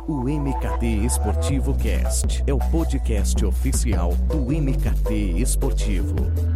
O MKT Esportivo Cast é o podcast oficial do MKT Esportivo.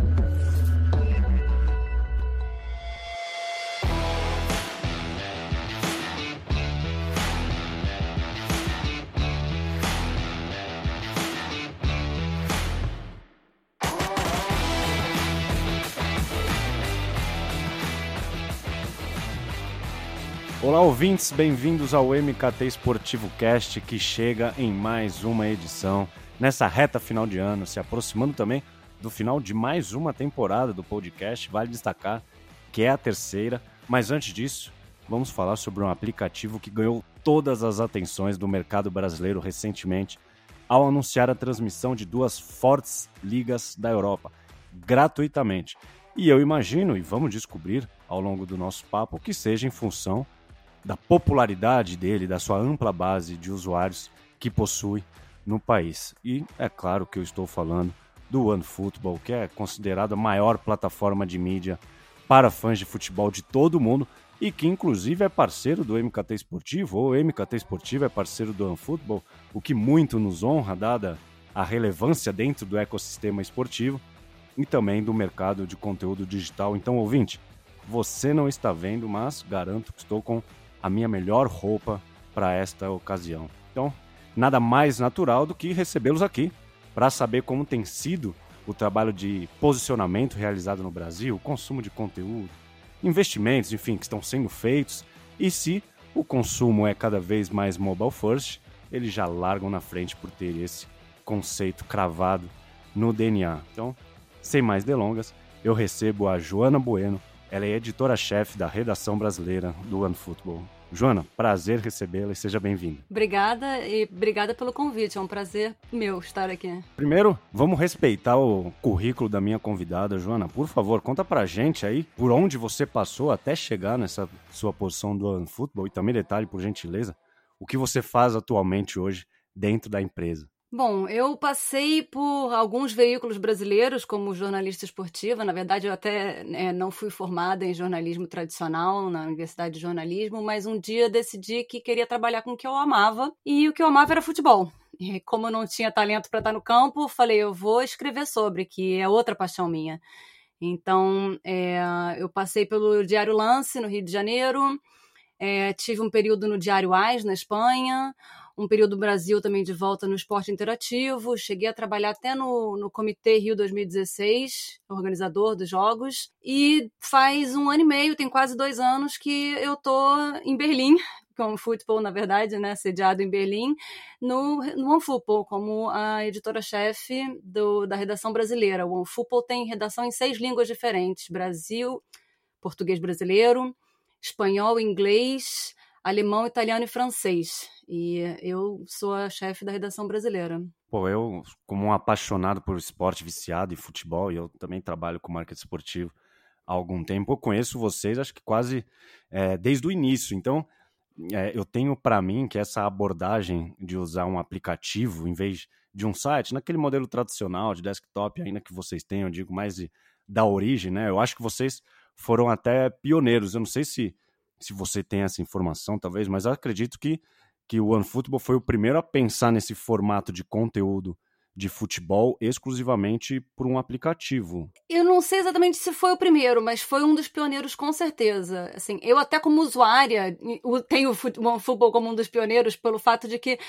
Olá, ouvintes, bem-vindos ao MKT Esportivo Cast, que chega em mais uma edição, nessa reta final de ano, se aproximando também do final de mais uma temporada do podcast. Vale destacar que é a terceira, mas antes disso, vamos falar sobre um aplicativo que ganhou todas as atenções do mercado brasileiro recentemente, ao anunciar a transmissão de duas fortes ligas da Europa, gratuitamente. E eu imagino, e vamos descobrir ao longo do nosso papo, que seja em função da popularidade dele, da sua ampla base de usuários que possui no país. E é claro que eu estou falando do OneFootball, que é considerada a maior plataforma de mídia para fãs de futebol de todo o mundo e que inclusive é parceiro do MKT Esportivo, ou o MKT Esportivo é parceiro do OneFootball, o que muito nos honra, dada a relevância dentro do ecossistema esportivo e também do mercado de conteúdo digital. Então, ouvinte, você não está vendo, mas garanto que estou com a minha melhor roupa para esta ocasião. Então, nada mais natural do que recebê-los aqui para saber como tem sido o trabalho de posicionamento realizado no Brasil, o consumo de conteúdo, investimentos, enfim, que estão sendo feitos, e se o consumo é cada vez mais mobile first, eles já largam na frente por ter esse conceito cravado no DNA. Então, sem mais delongas, eu recebo a Joana Bueno. Ela é editora-chefe da redação brasileira do OneFootball. Joana, prazer recebê-la e seja bem-vinda. Obrigada e obrigada pelo convite, é um prazer meu estar aqui. Primeiro, vamos respeitar o currículo da minha convidada. Joana, por favor, conta pra gente aí por onde você passou até chegar nessa sua posição do OneFootball e também detalhe, por gentileza, o que você faz atualmente hoje dentro da empresa. Bom, eu passei por alguns veículos brasileiros como jornalista esportiva. Na verdade, eu até não fui formada em jornalismo tradicional na Universidade de Jornalismo, mas um dia decidi que queria trabalhar com o que eu amava, e o que eu amava era futebol. E como eu não tinha talento para estar no campo, falei, eu vou escrever sobre, que é outra paixão minha. Então, eu passei pelo Diário Lance, no Rio de Janeiro, tive um período no Diário AS, na Espanha, um período no Brasil também de volta no esporte interativo, cheguei a trabalhar até no Comitê Rio 2016, organizador dos jogos, e faz 1 ano e meio, tem quase 2 anos que eu tô em Berlim, com o futebol, na verdade, né, sediado em Berlim, no OneFootball, como a editora-chefe da redação brasileira. O OneFootball tem redação em 6 línguas diferentes, Brasil, português brasileiro, espanhol, inglês, alemão, italiano e francês. E eu sou a chefe da redação brasileira. Pô, eu, como um apaixonado por esporte, viciado em futebol, e eu também trabalho com marketing esportivo há algum tempo, eu conheço vocês, acho que quase desde o início. Então, eu tenho para mim que essa abordagem de usar um aplicativo em vez de um site, naquele modelo tradicional de desktop ainda que vocês têm, eu digo mais da origem, né? Eu acho que vocês foram até pioneiros. Eu não sei se você tem essa informação, talvez, mas eu acredito que o OneFootball foi o primeiro a pensar nesse formato de conteúdo de futebol exclusivamente por um aplicativo. Eu não sei exatamente se foi o primeiro, mas foi um dos pioneiros com certeza. Assim, eu até como usuária tenho o OneFootball como um dos pioneiros pelo fato de que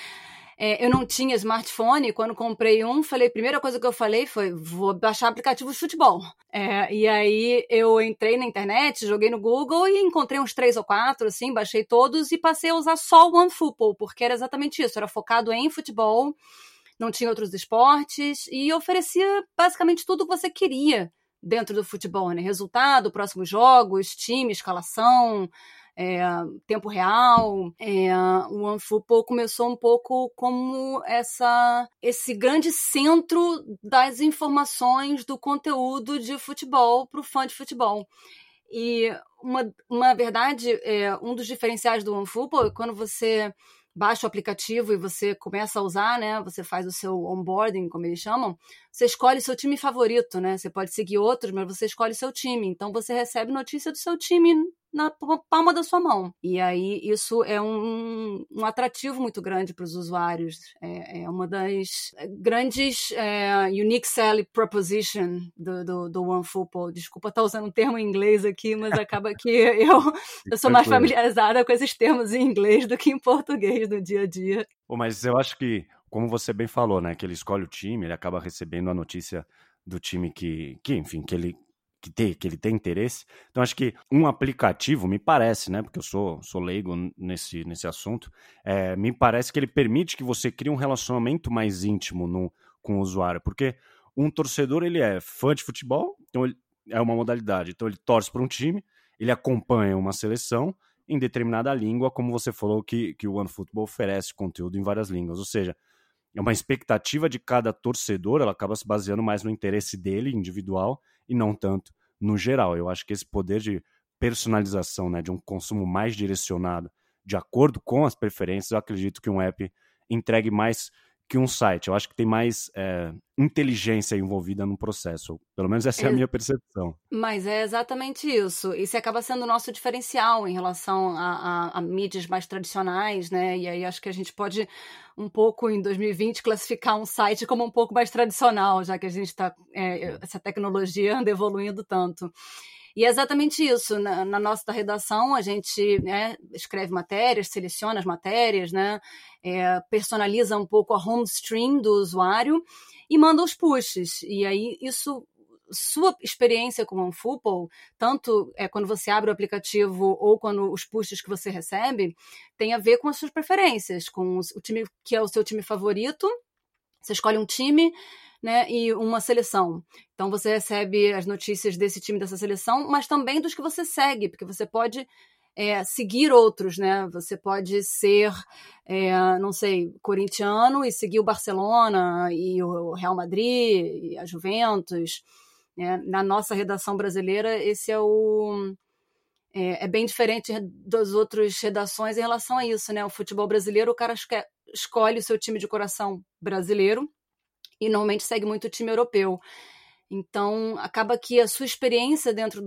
eu não tinha smartphone. Quando comprei a primeira coisa que eu falei foi, vou baixar aplicativo de futebol. E aí eu entrei na internet, joguei no Google e encontrei uns 3 ou 4, assim, baixei todos e passei a usar só o OneFootball, porque era exatamente isso, era focado em futebol, não tinha outros esportes e oferecia basicamente tudo o que você queria dentro do futebol, né? Resultado, próximos jogos, time, escalação, tempo real. O OneFootball começou um pouco como esse grande centro das informações do conteúdo de futebol para o fã de futebol. E uma verdade, um dos diferenciais do OneFootball é quando você baixa o aplicativo e você começa a usar, né? Você faz o seu onboarding, como eles chamam, você escolhe seu time favorito, né? Você pode seguir outros, mas você escolhe seu time. Então você recebe notícia do seu time na palma da sua mão. E aí isso é um atrativo muito grande para os usuários. É uma das grandes unique selling proposition do OneFootball. Desculpa estar usando um termo em inglês aqui, mas acaba que eu sou mais familiarizada com esses termos em inglês do que em português no dia a dia. Mas eu acho que, como você bem falou, né, que ele escolhe o time, ele acaba recebendo a notícia do time que ele tem interesse. Então, acho que um aplicativo, me parece, né, porque eu sou leigo nesse assunto, me parece que ele permite que você crie um relacionamento mais íntimo com o usuário, porque um torcedor, ele é fã de futebol, então é uma modalidade, então ele torce para um time, ele acompanha uma seleção em determinada língua, como você falou que o OneFootball oferece conteúdo em várias línguas, ou seja, é uma expectativa de cada torcedor, ela acaba se baseando mais no interesse dele, individual, e não tanto no geral. Eu acho que esse poder de personalização, né, de um consumo mais direcionado, de acordo com as preferências, eu acredito que um app entregue mais que um site. Eu acho que tem mais inteligência envolvida no processo. Pelo menos essa é a minha percepção. Mas é exatamente isso. Isso acaba sendo o nosso diferencial em relação a mídias mais tradicionais, né? E aí acho que a gente pode, um pouco em 2020, classificar um site como um pouco mais tradicional, já que a gente está essa tecnologia anda evoluindo tanto. E é exatamente isso. Na nossa redação, a gente escreve matérias, seleciona as matérias, né? Personaliza um pouco a home stream do usuário e manda os pushes. E aí, isso, sua experiência com o OneFootball, tanto quando você abre o aplicativo ou quando os pushes que você recebe, tem a ver com as suas preferências, com o time que é o seu time favorito. Você escolhe um time, né, e uma seleção. Então você recebe as notícias desse time, dessa seleção, mas também dos que você segue, porque você pode seguir outros, né? Você pode ser, não sei, corintiano e seguir o Barcelona e o Real Madrid e a Juventus. Na nossa redação brasileira, esse é bem diferente das outras redações em relação a isso, né? O futebol brasileiro, o cara escolhe o seu time de coração brasileiro e normalmente segue muito o time europeu. Então, acaba que a sua experiência dentro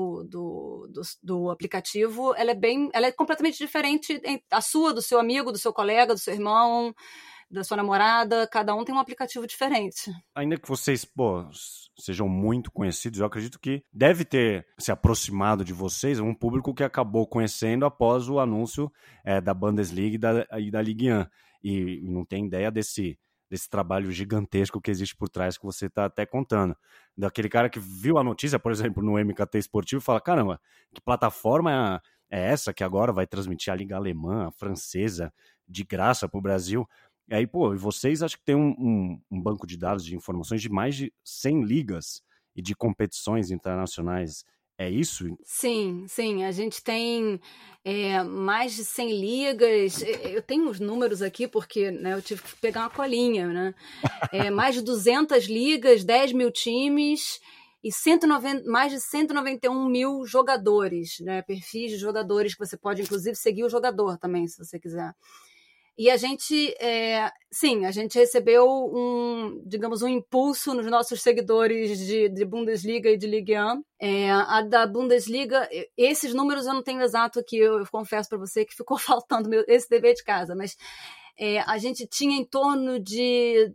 do aplicativo, ela é completamente diferente, a sua, do seu amigo, do seu colega, do seu irmão, da sua namorada. Cada um tem um aplicativo diferente. Ainda que vocês, sejam muito conhecidos, eu acredito que deve ter se aproximado de vocês um público que acabou conhecendo após o anúncio da Bundesliga e da Ligue 1. E não tem ideia desse trabalho gigantesco que existe por trás que você está até contando. Daquele cara que viu a notícia, por exemplo, no MKT Esportivo e fala, caramba, que plataforma é essa que agora vai transmitir a Liga Alemã, a francesa, de graça para o Brasil? E aí, e vocês acho que tem um banco de dados de informações de mais de 100 ligas e de competições internacionais. É isso? Sim. A gente tem mais de 100 ligas. Eu tenho os números aqui porque, né, eu tive que pegar uma colinha, né? Mais de 200 ligas, 10 mil times e mais de 191 mil jogadores, né? Perfis de jogadores que você pode, inclusive, seguir o jogador também, se você quiser. E a gente, a gente recebeu um impulso nos nossos seguidores de Bundesliga e de Ligue 1. A da Bundesliga, esses números eu não tenho exato aqui, eu confesso para você que ficou faltando esse dever de casa, mas a gente tinha em torno de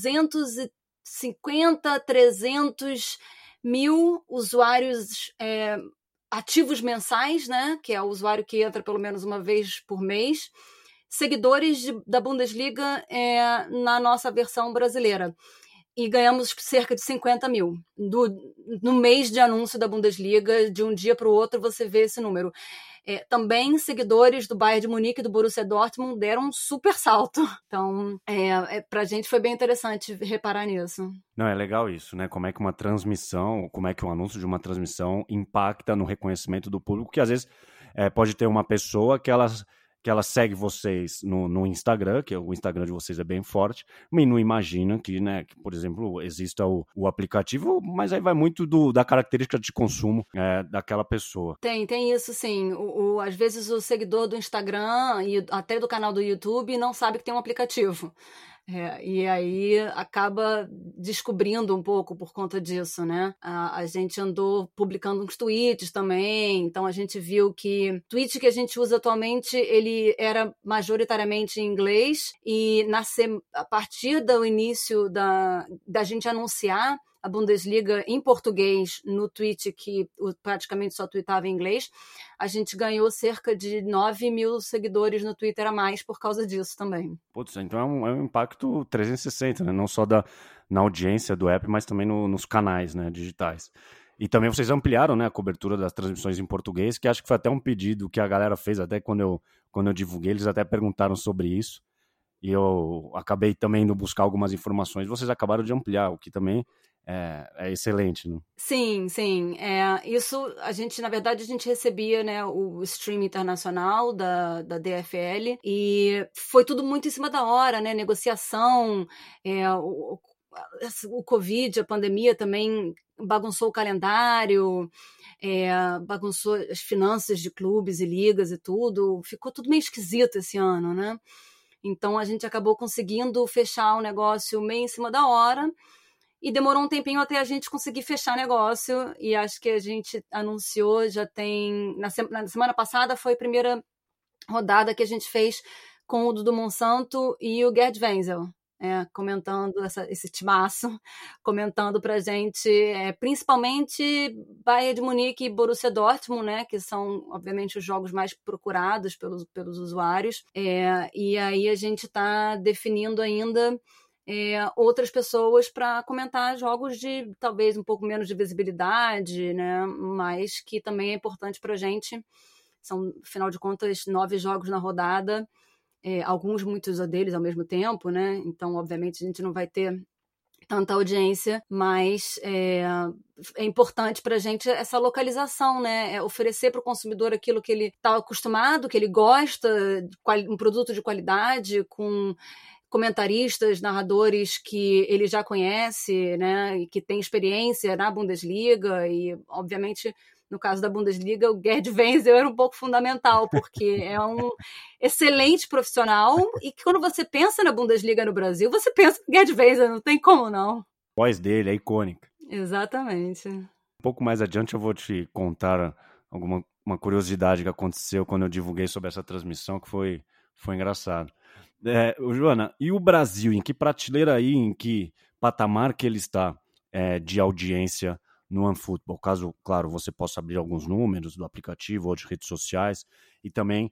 250, 300 mil usuários ativos mensais, né? Que é o usuário que entra pelo menos uma vez por mês, seguidores da Bundesliga na nossa versão brasileira. E ganhamos cerca de 50 mil. No mês de anúncio da Bundesliga, de um dia para o outro, você vê esse número. Também seguidores do Bayern de Munique e do Borussia Dortmund deram um super salto. Então, pra gente foi bem interessante reparar nisso. Não, é legal isso, né? Como é que uma transmissão, como é que um anúncio de uma transmissão impacta no reconhecimento do público, que às vezes pode ter uma pessoa que ela segue vocês no Instagram, que o Instagram de vocês é bem forte, mas não imagina que, né, que, por exemplo, exista o aplicativo, mas aí vai muito da característica de consumo daquela pessoa. Tem isso sim. Às vezes o seguidor do Instagram e até do canal do YouTube não sabe que tem um aplicativo. E aí acaba descobrindo um pouco por conta disso, né? A gente andou publicando uns tweets também, então a gente viu que o tweet que a gente usa atualmente, ele era majoritariamente em inglês, e a partir do início da gente anunciar a Bundesliga em português no tweet, que praticamente só tweetava em inglês, a gente ganhou cerca de 9 mil seguidores no Twitter a mais por causa disso também. Putz, então é um impacto 360, né? Não só na audiência do app, mas também nos canais, né, digitais. E também vocês ampliaram, né, a cobertura das transmissões em português, que acho que foi até um pedido que a galera fez, até quando eu divulguei, eles até perguntaram sobre isso. E eu acabei também indo buscar algumas informações. Vocês acabaram de ampliar, o que também é excelente, né? Sim. Isso, na verdade, a gente recebia, né, o stream internacional da DFL, e foi tudo muito em cima da hora, né? Negociação, o Covid, a pandemia também bagunçou o calendário, bagunçou as finanças de clubes e ligas e tudo. Ficou tudo meio esquisito esse ano, né? Então a gente acabou conseguindo fechar o negócio meio em cima da hora, e demorou um tempinho até a gente conseguir fechar negócio, e acho que a gente anunciou, já tem... Na semana passada foi a primeira rodada que a gente fez com o Dudu Monsanto e o Gerd Wenzel, comentando esse timaço, comentando pra gente, principalmente Bayern de Munique e Borussia Dortmund, né, que são, obviamente, os jogos mais procurados pelos usuários, e aí a gente está definindo ainda outras pessoas para comentar jogos de talvez um pouco menos de visibilidade, né, mas que também é importante para a gente. São, afinal de contas, 9 jogos na rodada, muitos deles ao mesmo tempo, né? Então, obviamente, a gente não vai ter tanta audiência, mas é importante para a gente essa localização, né? Oferecer para o consumidor aquilo que ele está acostumado, que ele gosta, um produto de qualidade, com comentaristas, narradores que ele já conhece, né, e que tem experiência na Bundesliga, e, obviamente, no caso da Bundesliga, o Gerd Wenzel era um pouco fundamental, porque é um excelente profissional, e que quando você pensa na Bundesliga no Brasil, você pensa no Gerd Wenzel, não tem como não. A voz dele é icônica. Exatamente. Um pouco mais adiante eu vou te contar uma curiosidade que aconteceu quando eu divulguei sobre essa transmissão, que foi engraçado. Joana, e o Brasil, em que prateleira aí, em que patamar que ele está de audiência no OneFootball? Caso, claro, você possa abrir alguns números do aplicativo ou de redes sociais, e também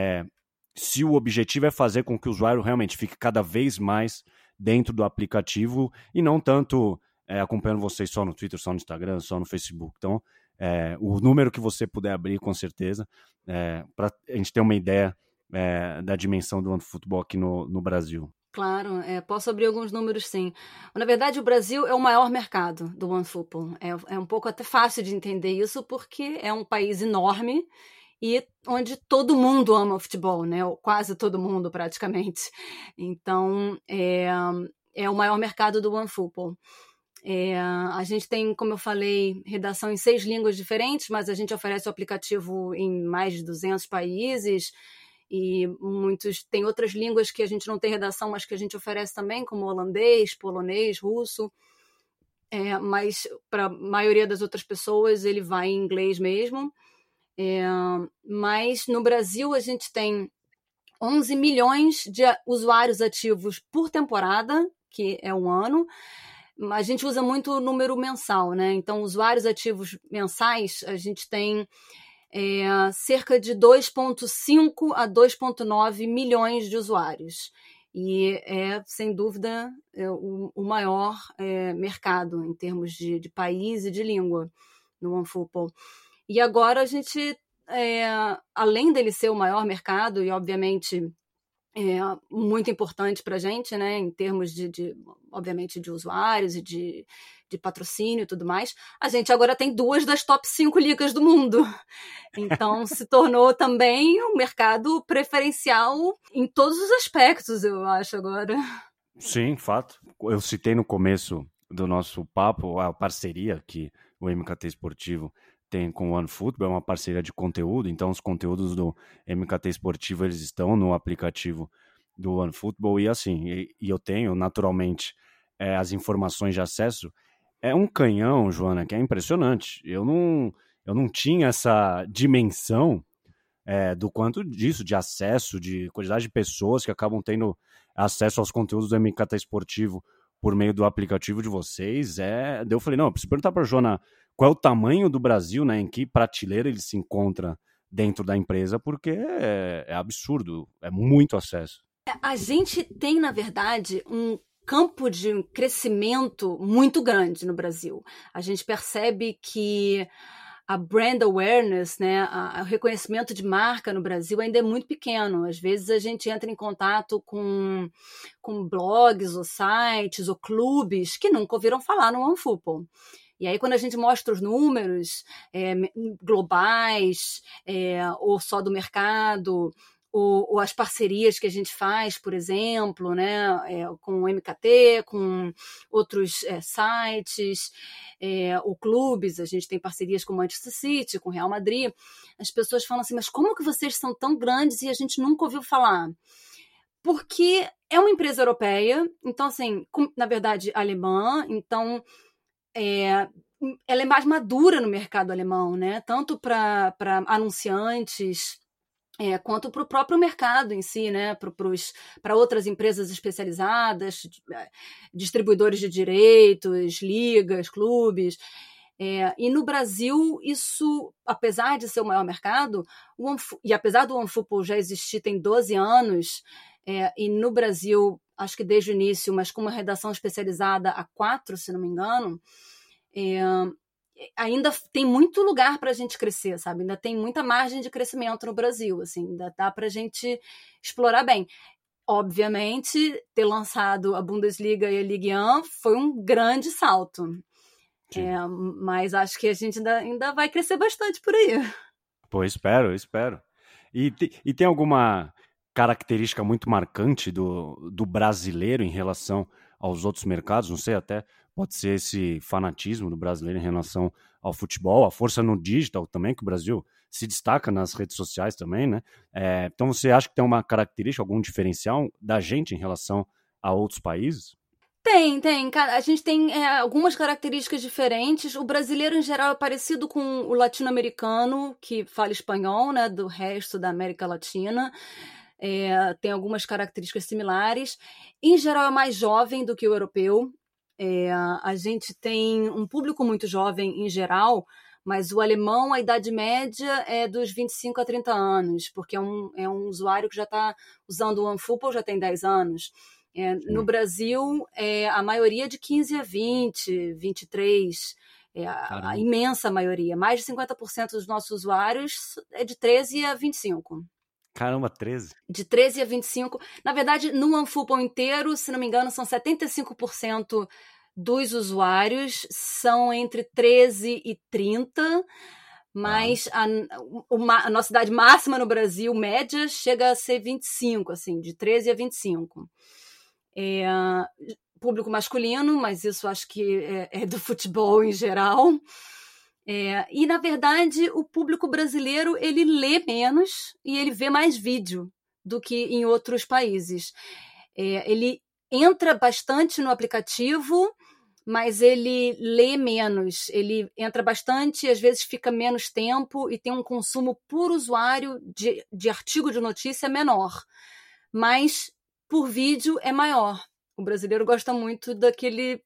se o objetivo é fazer com que o usuário realmente fique cada vez mais dentro do aplicativo e não tanto acompanhando vocês só no Twitter, só no Instagram, só no Facebook. Então, o número que você puder abrir, com certeza, para a gente ter uma ideia da dimensão do OneFootball aqui no Brasil. Claro, posso abrir alguns números, sim. Na verdade, o Brasil é o maior mercado do OneFootball. É um pouco até fácil de entender isso, porque é um país enorme e onde todo mundo ama futebol, né? Ou quase todo mundo, praticamente. Então, é o maior mercado do OneFootball. A gente tem, como eu falei, redação em 6 línguas diferentes, mas a gente oferece o aplicativo em mais de 200 países, e tem outras línguas que a gente não tem redação, mas que a gente oferece também, como holandês, polonês, russo, mas para a maioria das outras pessoas ele vai em inglês mesmo. Mas no Brasil a gente tem 11 milhões de usuários ativos por temporada, que é um ano. A gente usa muito o número mensal, né? Então, usuários ativos mensais, a gente tem cerca de 2,5 a 2,9 milhões de usuários. E sem dúvida, o maior mercado em termos de país e de língua no OneFootball. E agora a gente, além dele ser o maior mercado, e obviamente muito importante para a gente, né, em termos obviamente, de usuários e de patrocínio e tudo mais, a gente agora tem 2 das top 5 ligas do mundo. Então, se tornou também um mercado preferencial em todos os aspectos, eu acho, agora. Sim, fato. Eu citei no começo do nosso papo a parceria que o MKT Esportivo tem com o OneFootball, é uma parceria de conteúdo, então os conteúdos do MKT Esportivo eles estão no aplicativo do OneFootball, e assim, e eu tenho naturalmente as informações de acesso. É um canhão, Joana, que é impressionante. Eu não tinha essa dimensão do quanto disso, de acesso, de quantidade de pessoas que acabam tendo acesso aos conteúdos do MKT Esportivo por meio do aplicativo de vocês. Daí eu falei, não, eu preciso perguntar para a Joana qual é o tamanho do Brasil, né, em que prateleira ele se encontra dentro da empresa, porque é absurdo, é muito acesso. A gente tem, na verdade, um campo de crescimento muito grande no Brasil. A gente percebe que a brand awareness, né, o reconhecimento de marca no Brasil ainda é muito pequeno. Às vezes a gente entra em contato com blogs ou sites ou clubes que nunca ouviram falar no OneFootball. E aí, quando a gente mostra os números globais ou só do mercado, ou as parcerias que a gente faz, por exemplo, né, com o MKT, com outros sites, ou clubes, a gente tem parcerias com o Manchester City, com o Real Madrid, as pessoas falam assim, mas como que vocês são tão grandes e a gente nunca ouviu falar? Porque é uma empresa europeia, então, assim, na verdade, alemã, então ela é mais madura no mercado alemão, né? Tanto para anunciantes quanto para o próprio mercado em si, né? Para outras empresas especializadas, distribuidores de direitos, ligas, clubes. E no Brasil, isso, apesar de ser o maior mercado, e apesar do OneFootball já existir tem 12 anos, e no Brasil, acho que desde o início, mas com uma redação especializada há 4, se não me engano, ainda tem muito lugar para a gente crescer, sabe? Ainda tem muita margem de crescimento no Brasil, assim, ainda dá para a gente explorar bem. Obviamente, ter lançado a Bundesliga e a Ligue 1 foi um grande salto. Mas acho que a gente ainda vai crescer bastante por aí. Pô, espero. E tem alguma característica muito marcante do brasileiro em relação aos outros mercados? Não sei, até pode ser esse fanatismo do brasileiro em relação ao futebol, a força no digital também, que o Brasil se destaca nas redes sociais também, né? Então você acha que tem uma característica, algum diferencial da gente em relação a outros países? Tem. A gente tem algumas características diferentes. O brasileiro, em geral, é parecido com o latino-americano, que fala espanhol, né, do resto da América Latina. Tem algumas características similares. Em geral, é mais jovem do que o europeu. A gente tem um público muito jovem em geral, mas o alemão, a idade média é dos 25 a 30 anos, porque é um usuário que já está usando o OneFootball já tem 10 anos. No Brasil, a maioria de 15 a 20, 23, a imensa maioria. Mais de 50% dos nossos usuários é de 13 a 25. Caramba, 13? De 13 a 25. Na verdade, no OneFootball inteiro, se não me engano, são 75% dos usuários são entre 13 e 30, mas a nossa idade máxima no Brasil, média, chega a ser 25, assim, de 13 a 25. Público masculino, mas isso acho que é do futebol em geral. E, na verdade, o público brasileiro, ele lê menos e ele vê mais vídeo do que em outros países. Ele entra bastante no aplicativo, mas ele lê menos. Ele entra bastante e, às vezes, fica menos tempo e tem um consumo por usuário de artigo de notícia menor. Mas, por vídeo, é maior. O brasileiro gosta muito daquele...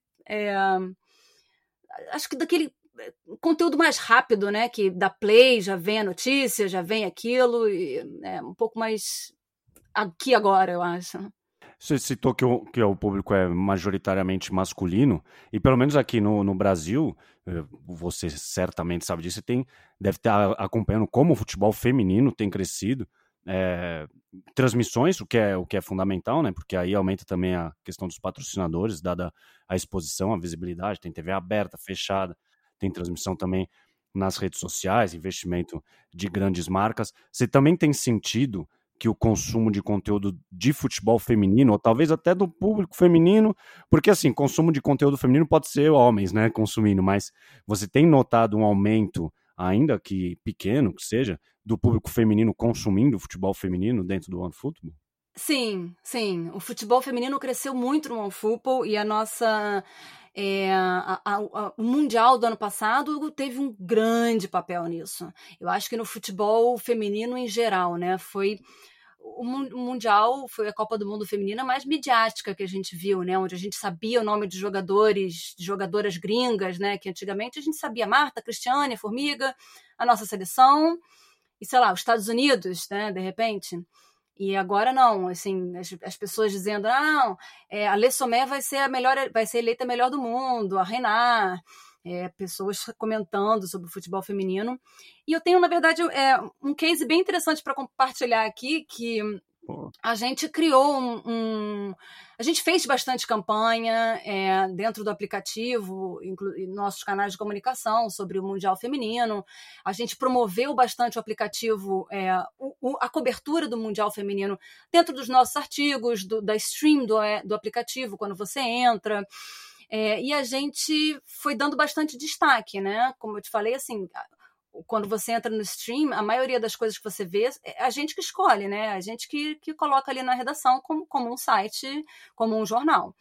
acho que daquele conteúdo mais rápido, né? Que dá play, já vem a notícia, já vem aquilo, e é um pouco mais aqui agora, eu acho. Você citou que o público é majoritariamente masculino, e pelo menos aqui no Brasil, você certamente sabe disso, deve estar acompanhando como o futebol feminino tem crescido, transmissões, o que é fundamental, né? Porque aí aumenta também a questão dos patrocinadores, dada a exposição, a visibilidade, tem TV aberta, fechada, tem transmissão também nas redes sociais, investimento de grandes marcas. Você também tem sentido que o consumo de conteúdo de futebol feminino, ou talvez até do público feminino, porque assim, consumo de conteúdo feminino pode ser homens, né, consumindo, mas você tem notado um aumento, ainda que pequeno que seja, do público feminino consumindo futebol feminino dentro do OneFootball? Sim, sim. O futebol feminino cresceu muito no OneFootball e a nossa... o Mundial do ano passado teve um grande papel nisso. Eu acho que no futebol feminino em geral, né? Foi o Mundial, foi a Copa do Mundo Feminina mais midiática que a gente viu, né? Onde a gente sabia o nome de jogadores, de jogadoras gringas, né? Que antigamente a gente sabia Marta, Cristiane, Formiga, a nossa seleção, e sei lá, os Estados Unidos, né? De repente. E agora não, assim, as pessoas dizendo, não, a Lê Somé vai ser eleita a melhor do mundo, a Renard, pessoas comentando sobre o futebol feminino. E eu tenho, na verdade, um case bem interessante para compartilhar aqui, que a gente criou a gente fez bastante campanha dentro do aplicativo, em nossos canais de comunicação sobre o Mundial Feminino. A gente promoveu bastante o aplicativo, a cobertura do Mundial Feminino dentro dos nossos artigos, da stream do aplicativo, quando você entra. E a gente foi dando bastante destaque, né? Como eu te falei, assim, quando você entra no stream, a maioria das coisas que você vê é a gente que escolhe, né? A gente que coloca ali na redação como um site, como um jornal.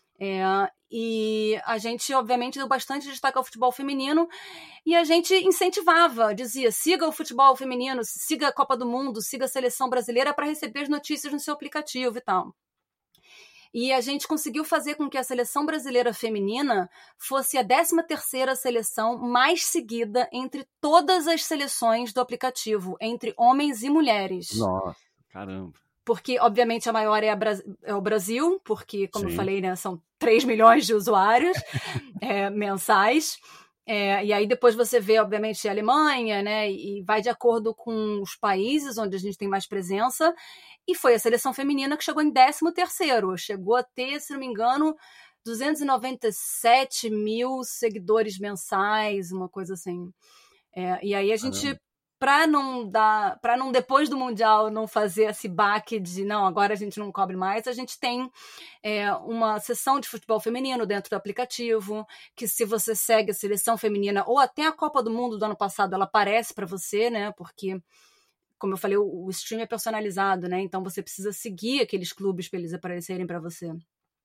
E a gente, obviamente, deu bastante destaque ao futebol feminino e a gente incentivava, dizia, siga o futebol feminino, siga a Copa do Mundo, siga a seleção brasileira para receber as notícias no seu aplicativo e tal. E a gente conseguiu fazer com que a seleção brasileira feminina fosse a 13ª seleção mais seguida entre todas as seleções do aplicativo, entre homens e mulheres. Nossa, caramba. Porque, obviamente, a maior é o Brasil, porque, como Sim. eu falei, né, são 3 milhões de usuários mensais. E aí depois você vê, obviamente, a Alemanha, né, e vai de acordo com os países onde a gente tem mais presença. E foi a seleção feminina que chegou em 13º. Chegou a ter, se não me engano, 297 mil seguidores mensais, uma coisa assim. E aí a gente, para não depois do Mundial não fazer esse baque de não, agora a gente não cobre mais, a gente tem uma seção de futebol feminino dentro do aplicativo, que se você segue a seleção feminina ou até a Copa do Mundo do ano passado, ela aparece para você, né? Porque, como eu falei, o stream é personalizado, né? Então você precisa seguir aqueles clubes para eles aparecerem para você.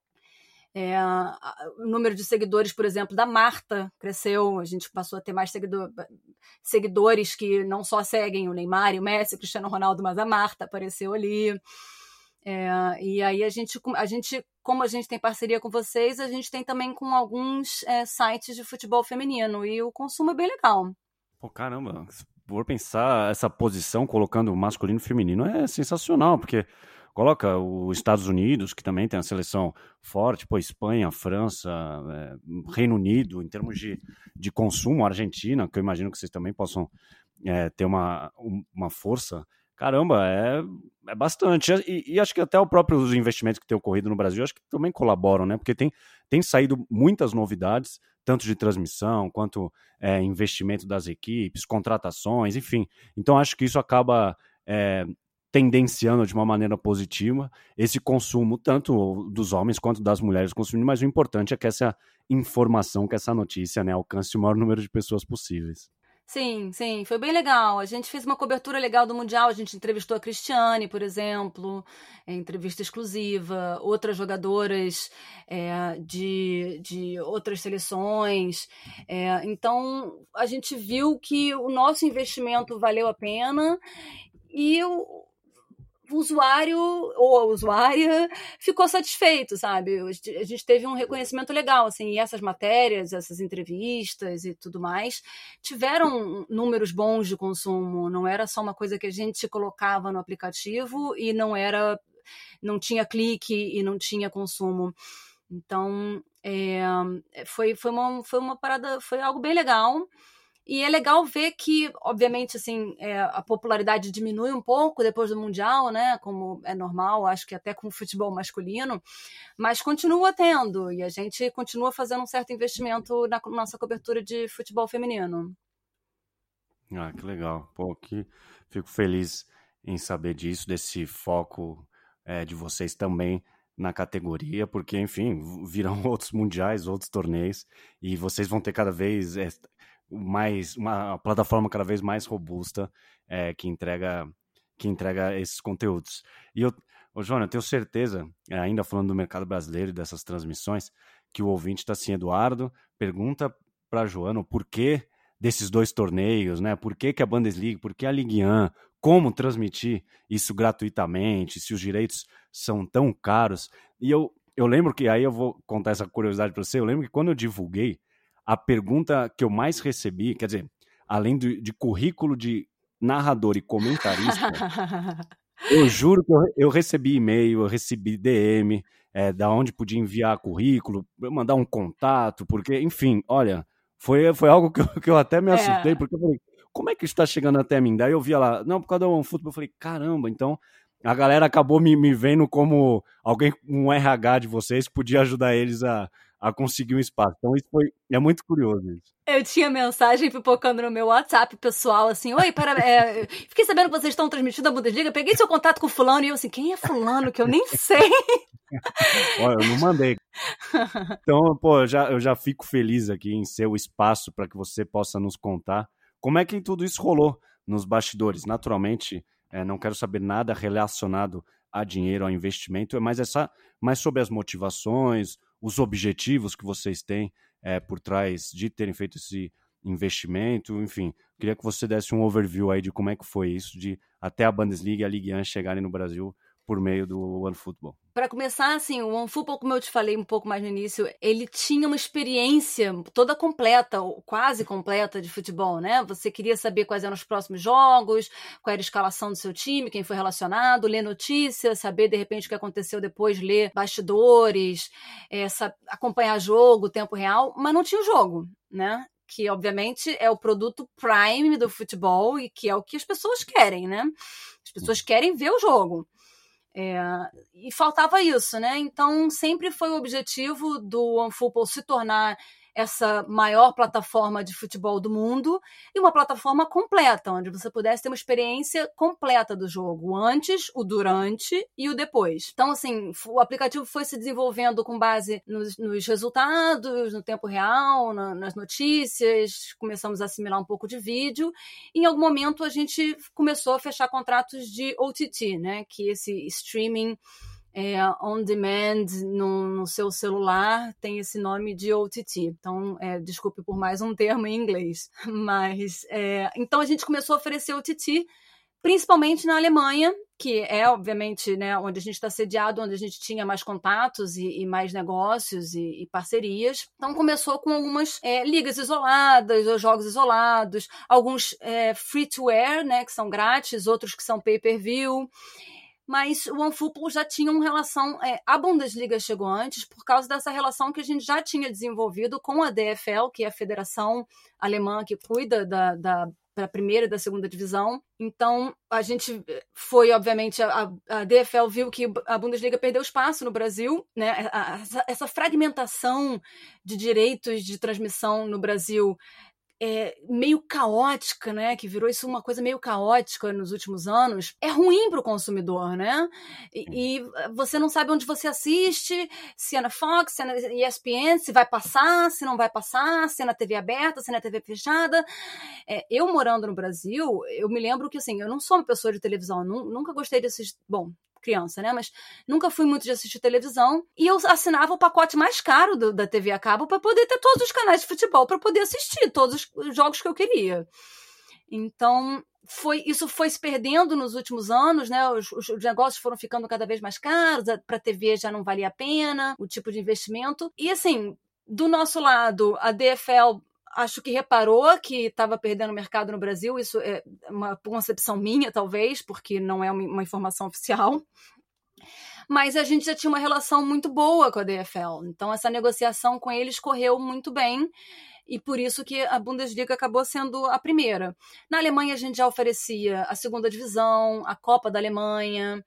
O número de seguidores, por exemplo, da Marta cresceu, a gente passou a ter mais seguidores que não só seguem o Neymar e o Messi, o Cristiano Ronaldo, mas a Marta apareceu ali. E aí a gente, como a gente tem parceria com vocês, a gente tem também com alguns sites de futebol feminino, e o consumo é bem legal. Pô, caramba, se for pensar essa posição colocando masculino e feminino é sensacional, porque coloca os Estados Unidos, que também tem a seleção forte, pô, Espanha, França, Reino Unido, em termos de consumo, Argentina, que eu imagino que vocês também possam ter uma força. Caramba, é bastante. E acho que até os próprios investimentos que têm ocorrido no Brasil, acho que também colaboram, né? Porque tem saído muitas novidades, tanto de transmissão, quanto investimento das equipes, contratações, enfim. Então acho que isso acaba tendenciando de uma maneira positiva esse consumo, tanto dos homens quanto das mulheres consumindo, mas o importante é que essa informação, que essa notícia, né, alcance o maior número de pessoas possíveis. Sim, sim, foi bem legal. A gente fez uma cobertura legal do Mundial, a gente entrevistou a Cristiane, por exemplo, entrevista exclusiva, outras jogadoras de outras seleções. Então, a gente viu que o nosso investimento valeu a pena e o usuário ou a usuária ficou satisfeito, sabe? A gente teve um reconhecimento legal, assim, e essas matérias, essas entrevistas e tudo mais tiveram números bons de consumo, não era só uma coisa que a gente colocava no aplicativo e não tinha clique e não tinha consumo. Então, foi uma parada, foi algo bem legal. E é legal ver que, obviamente, assim, a popularidade diminui um pouco depois do Mundial, né? Como é normal, acho que até com o futebol masculino, mas continua tendo, e a gente continua fazendo um certo investimento na nossa cobertura de futebol feminino. Ah, que legal. Pô, fico feliz em saber disso, desse foco de vocês também na categoria, porque, enfim, virão outros mundiais, outros torneios, e vocês vão ter cada vez uma plataforma cada vez mais robusta que entrega esses conteúdos. E Ô, João, eu tenho certeza, ainda falando do mercado brasileiro e dessas transmissões, que o ouvinte está assim, Eduardo, pergunta para Joana o porquê desses 2 torneios, né? Por que a Bundesliga, por que a Ligue 1, como transmitir isso gratuitamente, se os direitos são tão caros. E eu lembro que, aí eu vou contar essa curiosidade para você, eu lembro que quando eu divulguei, a pergunta que eu mais recebi, quer dizer, além de currículo de narrador e comentarista, eu juro que eu recebi e-mail, eu recebi DM, da onde podia enviar currículo, mandar um contato, porque, enfim, olha, foi algo que eu até me assustei, porque eu falei, como é que isso está chegando até mim? Daí eu via lá, não, por causa do OneFootball, eu falei, caramba, então a galera acabou me vendo como alguém, um RH de vocês, que podia ajudar eles a conseguir um espaço. Então isso é muito curioso isso. Eu tinha mensagem pipocando no meu WhatsApp pessoal, assim, oi, fiquei sabendo que vocês estão transmitindo a Bundesliga, peguei seu contato com fulano, e eu assim, quem é fulano, que eu nem sei. Olha, eu não mandei. Então, pô, eu já fico feliz aqui em ser o espaço para que você possa nos contar como é que tudo isso rolou nos bastidores. Naturalmente, não quero saber nada relacionado a dinheiro, a investimento, mas mais sobre as motivações, os objetivos que vocês têm por trás de terem feito esse investimento, enfim. Queria que você desse um overview aí de como é que foi isso, de até a Bundesliga e a Ligue 1 chegarem no Brasil por meio do OneFootball. Para começar, assim, o OneFootball, como eu te falei um pouco mais no início, ele tinha uma experiência toda completa, ou quase completa de futebol, né? Você queria saber quais eram os próximos jogos, qual era a escalação do seu time, quem foi relacionado, ler notícias, saber de repente o que aconteceu depois, ler bastidores, acompanhar jogo, tempo real, mas não tinha o jogo, né? Que obviamente é o produto prime do futebol e que é o que as pessoas querem, né? As pessoas querem ver o jogo. E faltava isso, né? Então sempre foi o objetivo do OneFootball se tornar essa maior plataforma de futebol do mundo e uma plataforma completa, onde você pudesse ter uma experiência completa do jogo, o antes, o durante e o depois. Então, assim, o aplicativo foi se desenvolvendo com base nos resultados, no tempo real, nas notícias, começamos a assimilar um pouco de vídeo, e em algum momento a gente começou a fechar contratos de OTT, né, que esse streaming on demand no seu celular tem esse nome de OTT. Então, desculpe por mais um termo em inglês. Mas, então a gente começou a oferecer OTT, principalmente na Alemanha, que é, obviamente, né, onde a gente está sediado, onde a gente tinha mais contatos e mais negócios e parcerias. Então, começou com algumas ligas isoladas, ou jogos isolados, alguns free-to-air, né, que são grátis, outros que são pay-per-view. Mas o OneFootball já tinha uma relação... a Bundesliga chegou antes por causa dessa relação que a gente já tinha desenvolvido com a DFL, que é a federação alemã que cuida da primeira e da segunda divisão. Então, a gente foi, obviamente, a DFL viu que a Bundesliga perdeu espaço no Brasil, né? Essa fragmentação de direitos de transmissão no Brasil meio caótica, né? Que virou isso uma coisa meio caótica nos últimos anos, é ruim para o consumidor, né? E você não sabe onde você assiste, se é na Fox, se é na ESPN, se vai passar, se não vai passar, se é na TV aberta, se é na TV fechada. Eu morando no Brasil, eu me lembro que, assim, eu não sou uma pessoa de televisão, nunca gostei de assistir... Bom, criança, né? Mas nunca fui muito de assistir televisão e eu assinava o pacote mais caro da TV a cabo para poder ter todos os canais de futebol, para poder assistir todos os jogos que eu queria. Então, isso foi se perdendo nos últimos anos, né? Os negócios foram ficando cada vez mais caros, para a TV já não valia a pena o tipo de investimento. E, assim, do nosso lado, a DFL acho que reparou que estava perdendo mercado no Brasil. Isso é uma concepção minha, talvez, porque não é uma informação oficial. Mas a gente já tinha uma relação muito boa com a DFL. Então, essa negociação com eles correu muito bem. E por isso que a Bundesliga acabou sendo a primeira. Na Alemanha, a gente já oferecia a segunda divisão, a Copa da Alemanha,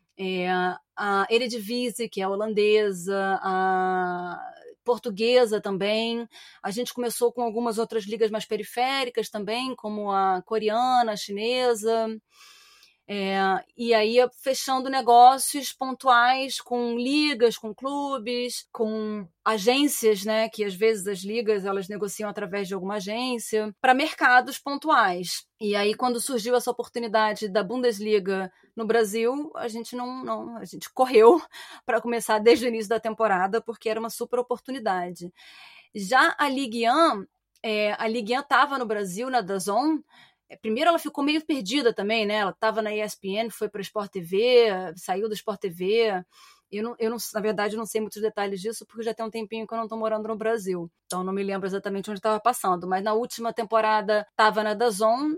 a Eredivisie, que é a holandesa, a portuguesa também. A gente começou com algumas outras ligas mais periféricas também, como a coreana, a chinesa. E aí fechando negócios pontuais com ligas, com clubes, com agências, né, que às vezes as ligas elas negociam através de alguma agência, para mercados pontuais. E aí quando surgiu essa oportunidade da Bundesliga no Brasil, a gente a gente correu para começar desde o início da temporada, porque era uma super oportunidade. Já a Ligue 1, a Ligue 1 estava no Brasil, na DAZN. Primeiro ela ficou meio perdida também, né? Ela estava na ESPN, foi para o Sport TV, saiu do Sport TV. Eu não, na verdade, não sei muitos detalhes disso, porque já tem um tempinho que eu não estou morando no Brasil. Então não me lembro exatamente onde estava passando. Mas na última temporada estava na DAZN.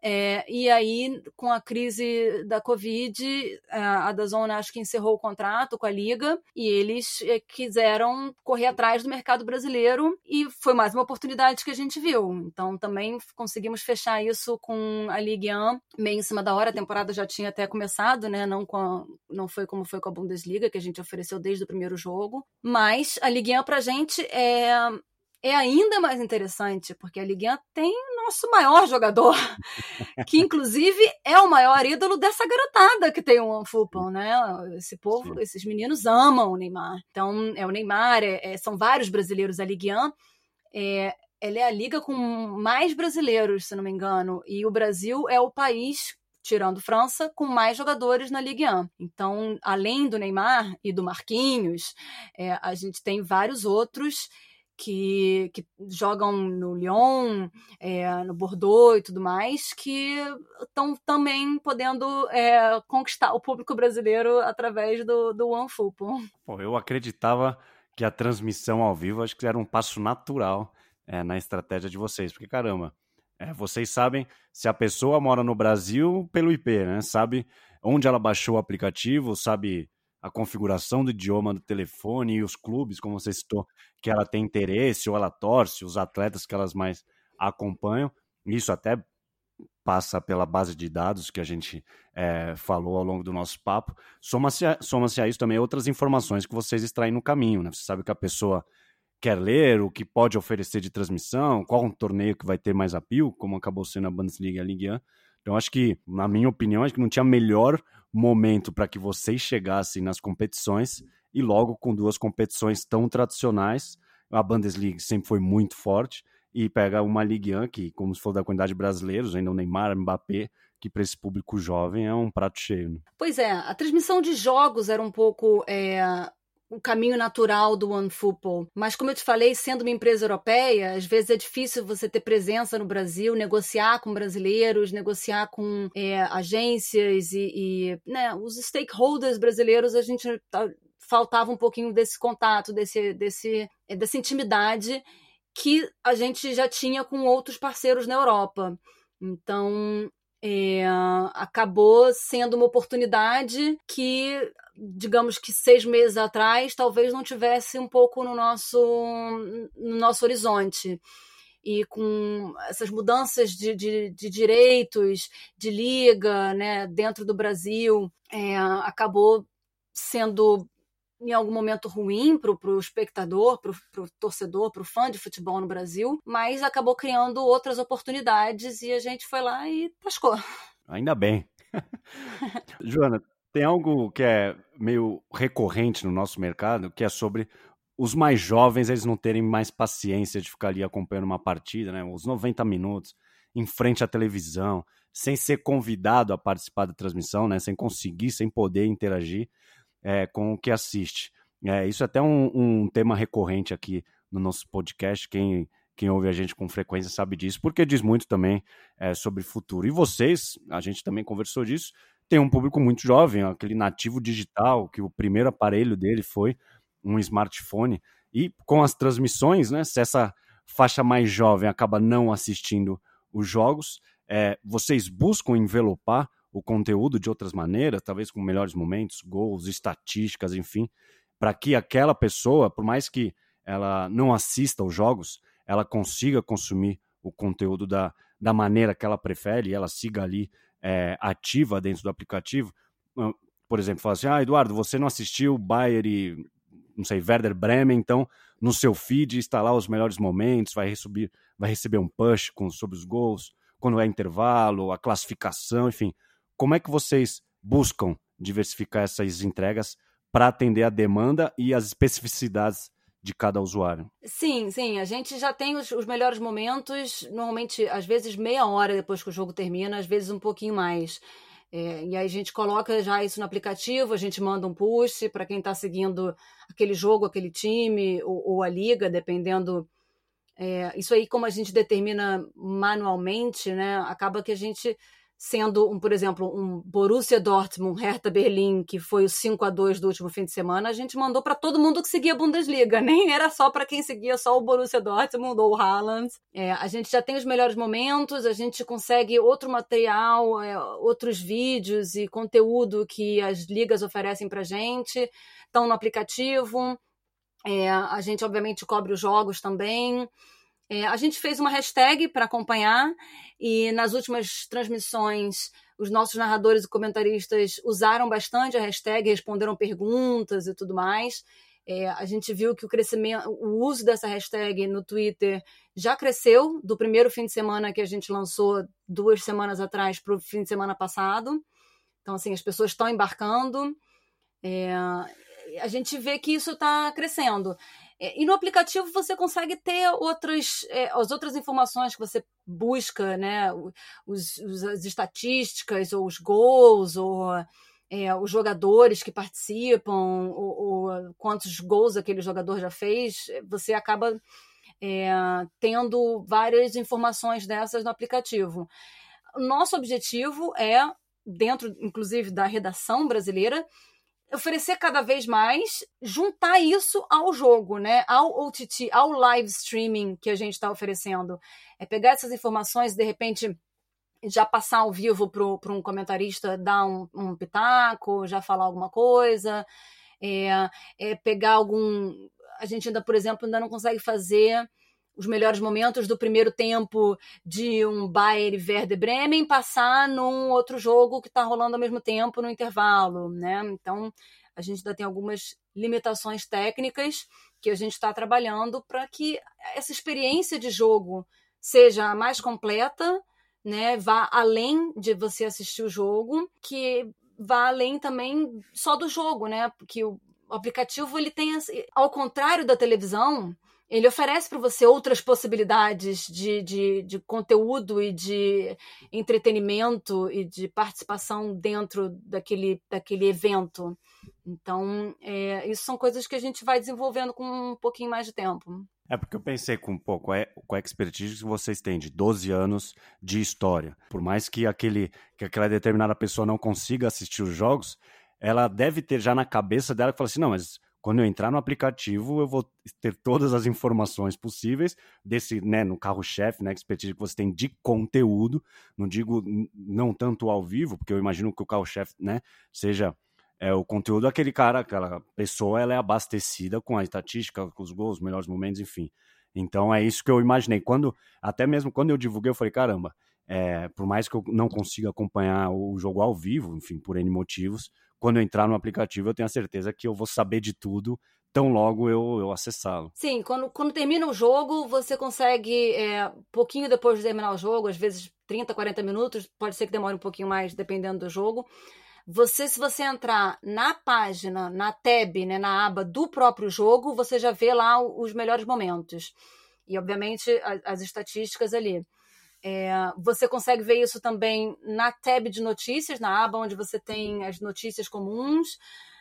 E aí, com a crise da Covid, a DAZN acho que encerrou o contrato com a Liga e eles quiseram correr atrás do mercado brasileiro e foi mais uma oportunidade que a gente viu. Então, também conseguimos fechar isso com a Ligue 1 meio em cima da hora. A temporada já tinha até começado, né? Não foi como foi com a Bundesliga, que a gente ofereceu desde o primeiro jogo. Mas a Ligue 1 pra gente é ainda mais interessante, porque a Ligue 1 tem o nosso maior jogador, que inclusive é o maior ídolo dessa garotada que tem o OneFootball, né? Esse povo, sim, esses meninos amam o Neymar. Então, é o Neymar, são vários brasileiros a Ligue 1. Ela é a liga com mais brasileiros, se não me engano, e o Brasil é o país, tirando França, com mais jogadores na Ligue 1. Então, além do Neymar e do Marquinhos, a gente tem vários outros que jogam no Lyon, no Bordeaux e tudo mais, que estão também podendo conquistar o público brasileiro através do OneFootball. Pô, eu acreditava que a transmissão ao vivo acho que era um passo natural na estratégia de vocês, porque caramba, vocês sabem se a pessoa mora no Brasil pelo IP, né? Sabe onde ela baixou o aplicativo, sabe a configuração do idioma do telefone e os clubes, como você citou, que ela tem interesse ou ela torce, os atletas que elas mais acompanham. Isso até passa pela base de dados que a gente falou ao longo do nosso papo. Soma-se a isso também outras informações que vocês extraem no caminho, né? Você sabe que a pessoa quer ler, o que pode oferecer de transmissão, qual um torneio que vai ter mais appeal, como acabou sendo a Bundesliga e a Ligue 1. Então, acho que, na minha opinião, acho que não tinha melhor momento para que vocês chegassem nas competições e logo com duas competições tão tradicionais. A Bundesliga sempre foi muito forte e pega uma Ligue 1 que, como se for da quantidade de brasileiros, ainda o Neymar, Mbappé, que para esse público jovem é um prato cheio. Né? Pois é, a transmissão de jogos era um pouco o caminho natural do OneFootball. Mas, como eu te falei, sendo uma empresa europeia, às vezes é difícil você ter presença no Brasil, negociar com brasileiros, negociar com agências e né, os stakeholders brasileiros, a gente faltava um pouquinho desse contato, dessa intimidade que a gente já tinha com outros parceiros na Europa. Então, acabou sendo uma oportunidade que, digamos que 6 meses atrás, talvez não tivesse um pouco no nosso horizonte. E com essas mudanças de direitos, de liga, né, dentro do Brasil, acabou sendo em algum momento ruim para o espectador, para o torcedor, para o fã de futebol no Brasil, mas acabou criando outras oportunidades e a gente foi lá e tascou. Ainda bem. Joana, tem algo que é meio recorrente no nosso mercado, que é sobre os mais jovens, eles não terem mais paciência de ficar ali acompanhando uma partida, né? Os 90 minutos, em frente à televisão, sem ser convidado a participar da transmissão, né? Sem conseguir, sem poder interagir com o que assiste. Isso é até um tema recorrente aqui no nosso podcast. Quem ouve a gente com frequência sabe disso, porque diz muito também sobre futuro. E vocês, a gente também conversou disso, tem um público muito jovem, aquele nativo digital, que o primeiro aparelho dele foi um smartphone. E com as transmissões, né, se essa faixa mais jovem acaba não assistindo os jogos, vocês buscam envelopar o conteúdo de outras maneiras, talvez com melhores momentos, gols, estatísticas, enfim, para que aquela pessoa, por mais que ela não assista aos jogos, ela consiga consumir o conteúdo da maneira que ela prefere e ela siga ali ativa dentro do aplicativo. Por exemplo, fala assim, Eduardo, você não assistiu Bayern e, não sei, Werder Bremen, então no seu feed está lá os melhores momentos, vai receber um push sobre os gols, quando é intervalo, a classificação, enfim. Como é que vocês buscam diversificar essas entregas para atender a demanda e as especificidades de cada usuário? Sim, a gente já tem os melhores momentos, normalmente, às vezes, meia hora depois que o jogo termina, às vezes um pouquinho mais. E aí a gente coloca já isso no aplicativo, a gente manda um push para quem está seguindo aquele jogo, aquele time ou a liga, dependendo. Isso aí, como a gente determina manualmente, né, acaba que a gente, sendo, por exemplo, um Borussia Dortmund, Hertha Berlim, que foi o 5-2 do último fim de semana, a gente mandou para todo mundo que seguia a Bundesliga, nem era só para quem seguia só o Borussia Dortmund ou o Haaland. A gente já tem os melhores momentos, a gente consegue outro material, outros vídeos e conteúdo que as ligas oferecem para a gente, estão no aplicativo. A gente, obviamente, cobre os jogos também. A gente fez uma hashtag para acompanhar e nas últimas transmissões os nossos narradores e comentaristas usaram bastante a hashtag, responderam perguntas e tudo mais. A gente viu que o uso dessa hashtag no Twitter já cresceu do primeiro fim de semana que a gente lançou 2 semanas atrás para o fim de semana passado. Então, assim, as pessoas estão embarcando. A gente vê que isso está crescendo. E no aplicativo você consegue ter as outras informações que você busca, né? As estatísticas, ou os gols, ou os jogadores que participam, ou quantos gols aquele jogador já fez. Você acaba tendo várias informações dessas no aplicativo. O nosso objetivo é, dentro, inclusive, da redação brasileira, oferecer cada vez mais, juntar isso ao jogo, né? Ao OTT, ao live streaming que a gente está oferecendo. Pegar essas informações e, de repente, já passar ao vivo para um comentarista dar um pitaco, já falar alguma coisa. Pegar algum... A gente ainda, por exemplo, ainda não consegue fazer os melhores momentos do primeiro tempo de um Bayern e Werder Bremen passar num outro jogo que está rolando ao mesmo tempo no intervalo, né? Então, a gente ainda tem algumas limitações técnicas que a gente está trabalhando para que essa experiência de jogo seja a mais completa, né? Vá além de você assistir o jogo, que vá além também só do jogo, né? Porque o aplicativo, ele tem, ao contrário da televisão, ele oferece para você outras possibilidades de conteúdo e de entretenimento e de participação dentro daquele evento. Então, isso são coisas que a gente vai desenvolvendo com um pouquinho mais de tempo. Porque eu pensei com com a expertise que vocês têm de 12 anos de história. Por mais que aquela determinada pessoa não consiga assistir os jogos, ela deve ter já na cabeça dela que fala assim, não, mas quando eu entrar no aplicativo, eu vou ter todas as informações possíveis desse, né, no carro-chefe, né, expertise que você tem de conteúdo. Não digo não tanto ao vivo, porque eu imagino que o carro-chefe, né, seja o conteúdo daquele cara, aquela pessoa, ela é abastecida com a estatística, com os gols, os melhores momentos, enfim. Então é isso que eu imaginei. Até mesmo quando eu divulguei, eu falei, caramba, por mais que eu não consiga acompanhar o jogo ao vivo, enfim, por N motivos, quando eu entrar no aplicativo eu tenho a certeza que eu vou saber de tudo tão logo eu acessá-lo. Sim, quando termina o jogo, você consegue, pouquinho depois de terminar o jogo, às vezes 30, 40 minutos, pode ser que demore um pouquinho mais, dependendo do jogo. Se você entrar na página, na tab, né, na aba do próprio jogo, você já vê lá os melhores momentos. E, obviamente, as estatísticas ali. Você consegue ver isso também na tab de notícias, na aba onde você tem as notícias comuns.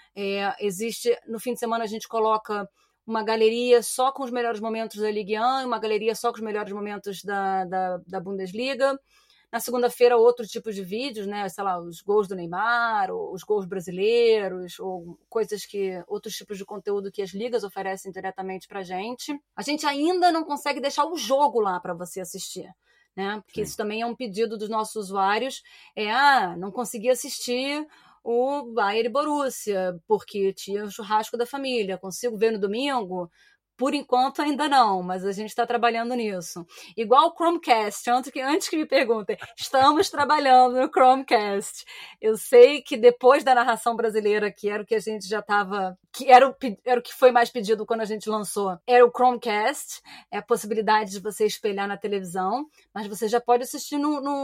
Existe, no fim de semana a gente coloca uma galeria só com os melhores momentos da Ligue 1, uma galeria só com os melhores momentos da Bundesliga. Na segunda-feira, outro tipo de vídeos, né? Sei lá, os gols do Neymar, ou os gols brasileiros, ou outros tipos de conteúdo que as ligas oferecem diretamente pra gente. A gente ainda não consegue deixar o jogo lá para você assistir, né? Porque Isso também é um pedido dos nossos usuários. Não consegui assistir o Bayern e Borussia, porque tinha o churrasco da família. Consigo ver no domingo? Por enquanto ainda não, mas a gente está trabalhando nisso. Igual o Chromecast, antes que me perguntem, estamos trabalhando no Chromecast. Eu sei que depois da narração brasileira, que era o que a gente já estava... que era o que foi mais pedido quando a gente lançou, era o Chromecast, é a possibilidade de você espelhar na televisão, mas você já pode assistir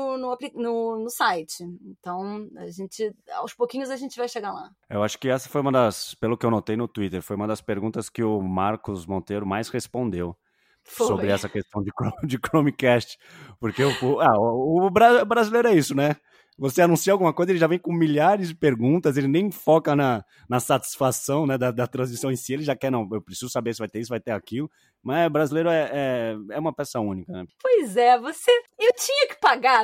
no site. Então, aos pouquinhos a gente vai chegar lá. Eu acho que essa foi pelo que eu notei no Twitter, foi uma das perguntas que o Marcos Monteiro mais respondeu sobre essa questão de Chromecast. Porque o brasileiro é isso, né? Você anuncia alguma coisa, ele já vem com milhares de perguntas, ele nem foca na satisfação, né, da transmissão em si, ele já quer, não, eu preciso saber se vai ter isso, vai ter aquilo, mas brasileiro é uma peça única, né? Pois é, eu tinha que pagar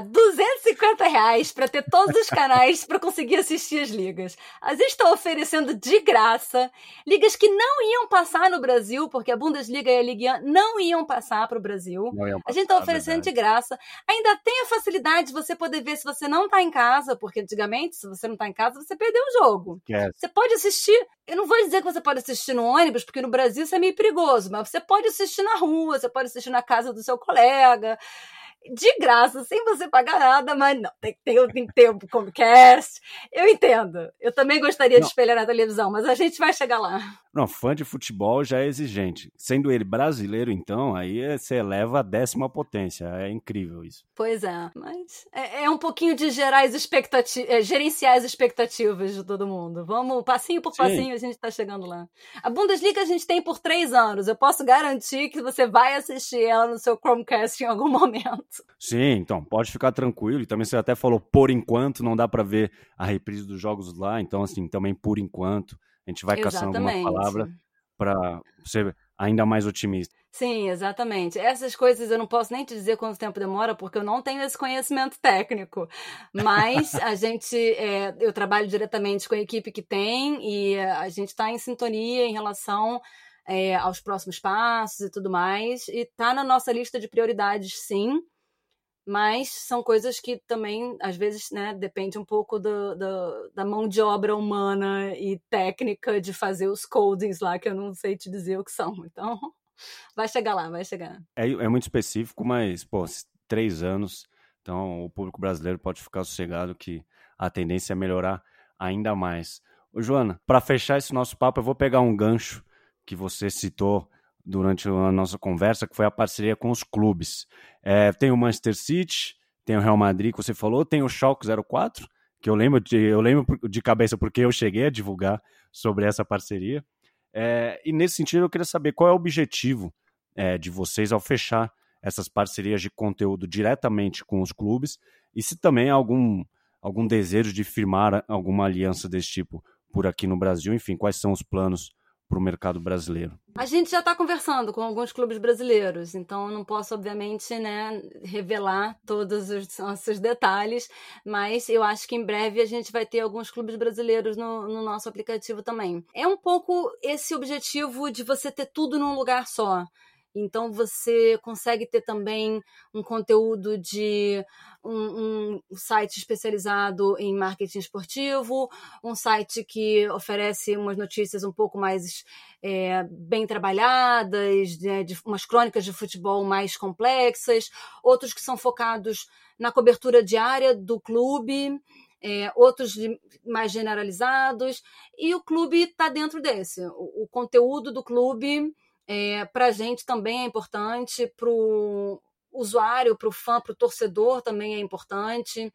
R$250 para ter todos os canais para conseguir assistir as ligas. A gente está oferecendo de graça ligas que não iam passar no Brasil, porque a Bundesliga e a Ligue 1 não iam passar para o Brasil. A gente está oferecendo de graça. Ainda tem a facilidade de você poder ver se você não está em casa, porque antigamente, se você não está em casa, você perdeu o jogo. Yes. Você pode assistir, eu não vou dizer que você pode assistir no ônibus, porque no Brasil isso é meio perigoso, mas você pode assistir na rua, você pode assistir na casa do seu colega, de graça, sem você pagar nada, mas não, tem que ter o Chromecast. Eu entendo. Eu também gostaria de espelhar na televisão, mas a gente vai chegar lá. Não, fã de futebol já é exigente. Sendo ele brasileiro, então, aí você eleva a 10ª potência. É incrível isso. Pois é, mas é um pouquinho de gerenciar as expectativas de todo mundo. Vamos, passinho por passinho, a gente está chegando lá. A Bundesliga a gente tem por 3 anos. Eu posso garantir que você vai assistir ela no seu Chromecast em algum momento. Sim, então, pode ficar tranquilo. E também você até falou, por enquanto, não dá para ver a reprise dos jogos lá. Então, assim, também por enquanto, a gente vai caçando alguma palavra para ser ainda mais otimista. Sim, exatamente. Essas coisas eu não posso nem te dizer quanto tempo demora, porque eu não tenho esse conhecimento técnico. Mas eu trabalho diretamente com a equipe que tem e a gente está em sintonia em relação aos próximos passos e tudo mais. E está na nossa lista de prioridades, sim. Mas são coisas que também, às vezes, né, depende um pouco da mão de obra humana e técnica de fazer os codings lá, que eu não sei te dizer o que são. Então, vai chegar lá, vai chegar. É muito específico, mas, 3 anos, então o público brasileiro pode ficar sossegado que a tendência é melhorar ainda mais. Ô, Joana, para fechar esse nosso papo, eu vou pegar um gancho que você citou durante a nossa conversa, que foi a parceria com os clubes. Tem o Manchester City, tem o Real Madrid, que você falou, tem o Schalke 04, que eu lembro de cabeça porque eu cheguei a divulgar sobre essa parceria. E nesse sentido eu queria saber qual é o objetivo de vocês ao fechar essas parcerias de conteúdo diretamente com os clubes e se também há algum desejo de firmar alguma aliança desse tipo por aqui no Brasil, enfim, quais são os planos para o mercado brasileiro? A gente já está conversando com alguns clubes brasileiros, então não posso, obviamente, né, revelar todos os nossos detalhes, mas eu acho que em breve a gente vai ter alguns clubes brasileiros no nosso aplicativo também. É um pouco esse objetivo de você ter tudo num lugar só. Então você consegue ter também um conteúdo de um site especializado em marketing esportivo, um site que oferece umas notícias um pouco mais bem trabalhadas, né, de umas crônicas de futebol mais complexas, outros que são focados na cobertura diária do clube, outros mais generalizados, e o clube está dentro desse. O conteúdo do clube para a gente também é importante, para o usuário, para o fã, para o torcedor também é importante.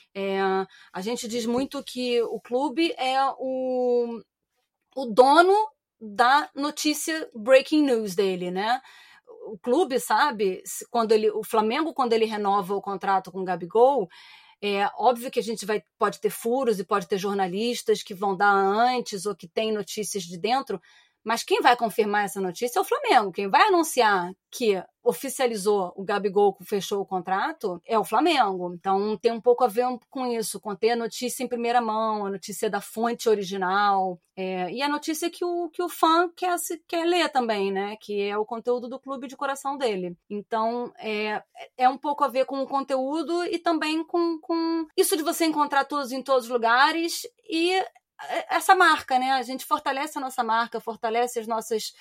A gente diz muito que o clube é o dono da notícia breaking news dele, né? O clube sabe, o Flamengo, quando ele renova o contrato com o Gabigol, óbvio que a gente pode ter furos e pode ter jornalistas que vão dar antes ou que tem notícias de dentro, mas quem vai confirmar essa notícia é o Flamengo. Quem vai anunciar que oficializou o Gabigol, que fechou o contrato, é o Flamengo. Então tem um pouco a ver com isso, com ter a notícia em primeira mão, a notícia da fonte original, e a notícia que o fã quer ler também, né? Que é o conteúdo do clube de coração dele. Então é um pouco a ver com o conteúdo e também com isso de você encontrar todos em todos os lugares e essa marca, né? A gente fortalece a nossa marca, fortalece as nossas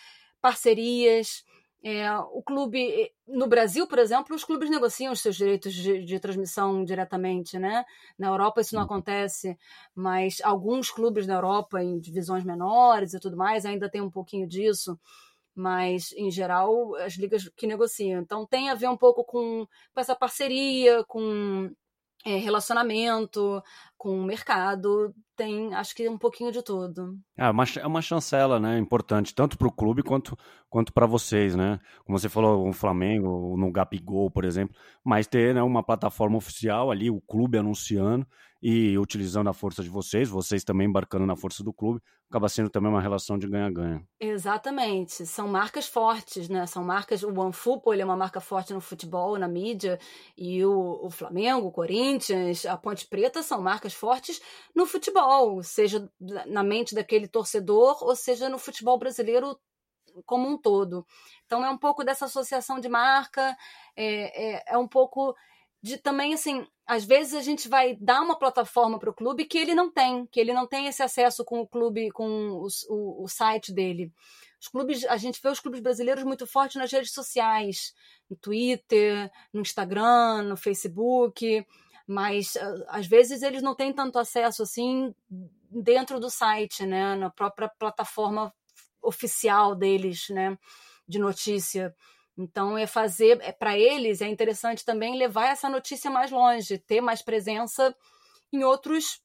parcerias. O clube, no Brasil, por exemplo, os clubes negociam os seus direitos de transmissão diretamente, né? Na Europa isso não acontece, mas alguns clubes na Europa, em divisões menores e tudo mais, ainda tem um pouquinho disso, mas, em geral, as ligas que negociam. Então, tem a ver um pouco com essa parceria, com relacionamento, com o mercado, tem, acho que um pouquinho de tudo. É uma chancela, né, importante, tanto para o clube quanto para vocês, né? Como você falou, o Flamengo, no Gabigol, por exemplo, mas ter, né, uma plataforma oficial ali, o clube anunciando e utilizando a força de vocês também embarcando na força do clube, acaba sendo também uma relação de ganha-ganha. Exatamente, são marcas fortes, né? São marcas, o OneFootball, ele é uma marca forte no futebol, na mídia, e o Flamengo, o Corinthians, a Ponte Preta são marcas fortes no futebol, seja na mente daquele torcedor, ou seja no futebol brasileiro como um todo. Então é um pouco dessa associação de marca, é um pouco de também, assim, às vezes a gente vai dar uma plataforma para o clube que ele não tem esse acesso com o clube, com o site dele. Os clubes, a gente vê os clubes brasileiros muito fortes nas redes sociais, no Twitter, no Instagram, no Facebook, mas às vezes eles não têm tanto acesso assim dentro do site, né, na própria plataforma oficial deles, né, de notícia. Então, para eles é interessante também levar essa notícia mais longe, ter mais presença em outros,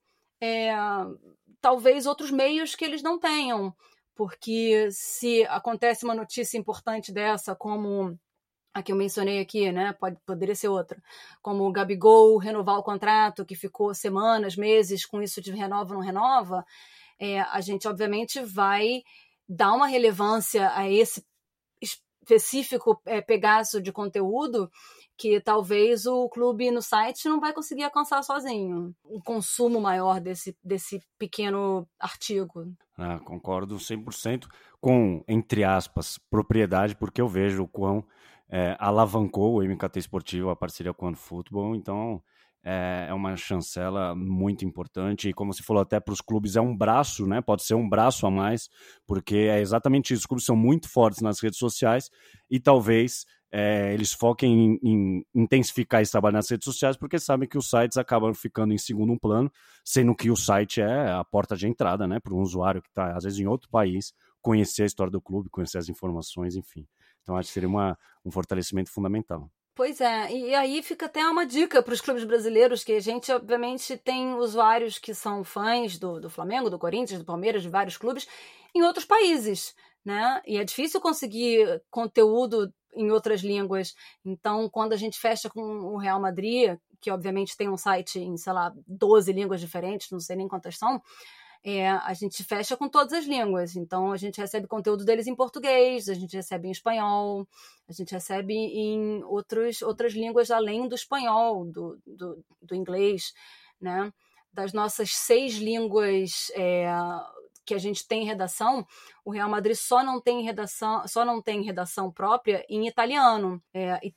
talvez outros meios que eles não tenham, porque se acontece uma notícia importante dessa, como a que eu mencionei aqui, né? Poderia ser outra, como o Gabigol renovar o contrato, que ficou semanas, meses com isso de renova ou não renova, a gente obviamente vai dar uma relevância a esse específico pedaço de conteúdo que talvez o clube no site não vai conseguir alcançar sozinho. Um consumo maior desse pequeno artigo. Concordo 100% com, entre aspas, propriedade, porque eu vejo o quão alavancou o MKT Esportivo, a parceria com o OneFootball, então é uma chancela muito importante, e como você falou, até para os clubes é um braço, né? Pode ser um braço a mais, porque é exatamente isso, os clubes são muito fortes nas redes sociais, e talvez eles foquem em intensificar esse trabalho nas redes sociais, porque sabem que os sites acabam ficando em segundo plano, sendo que o site é a porta de entrada, né, para um usuário que está, às vezes, em outro país, conhecer a história do clube, conhecer as informações, enfim. Então, acho que seria um fortalecimento fundamental. Pois é, e aí fica até uma dica para os clubes brasileiros, que a gente, obviamente, tem usuários que são fãs do Flamengo, do Corinthians, do Palmeiras, de vários clubes, em outros países, né? E é difícil conseguir conteúdo em outras línguas. Então, quando a gente fecha com o Real Madrid, que obviamente tem um site em, sei lá, 12 línguas diferentes, não sei nem quantas são, a gente fecha com todas as línguas. Então, a gente recebe conteúdo deles em português, a gente recebe em espanhol, a gente recebe em outras línguas além do espanhol, do inglês, né? Das nossas 6 línguas que a gente tem redação, o Real Madrid só não tem redação própria em italiano. E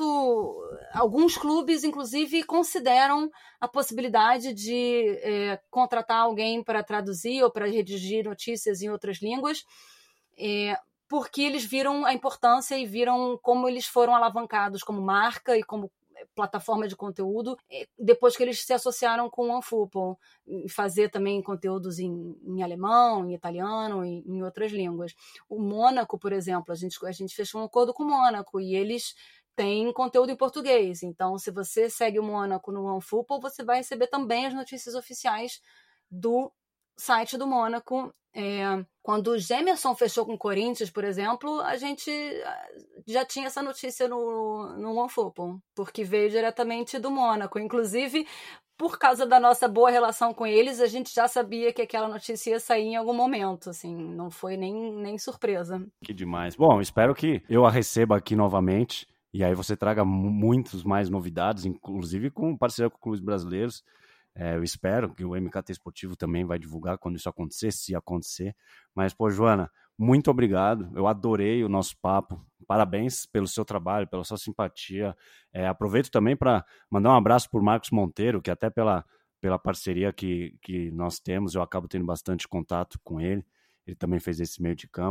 alguns clubes, inclusive, consideram a possibilidade de contratar alguém para traduzir ou para redigir notícias em outras línguas, porque eles viram a importância e viram como eles foram alavancados como marca e como plataforma de conteúdo depois que eles se associaram com o OneFootball, e fazer também conteúdos em alemão, em italiano, em outras línguas. O Mônaco, por exemplo, a gente fechou um acordo com o Mônaco e eles têm conteúdo em português. Então, se você segue o Mônaco no OneFootball, você vai receber também as notícias oficiais do site do Mônaco. Quando o Gemerson fechou com o Corinthians, por exemplo, a gente já tinha essa notícia no OneFootball, porque veio diretamente do Mônaco. Inclusive, por causa da nossa boa relação com eles, a gente já sabia que aquela notícia ia sair em algum momento, assim, não foi nem surpresa. Que demais. Bom, espero que eu a receba aqui novamente, e aí você traga muitas mais novidades, inclusive com parceria com clubes brasileiros. Eu espero que o MKT Esportivo também vai divulgar quando isso acontecer, se acontecer. Mas, pô, Joana, muito obrigado. Eu adorei o nosso papo. Parabéns pelo seu trabalho, pela sua simpatia. Aproveito também para mandar um abraço por Marcos Monteiro, que até pela parceria que nós temos, eu acabo tendo bastante contato com ele. Ele também fez esse meio de campo.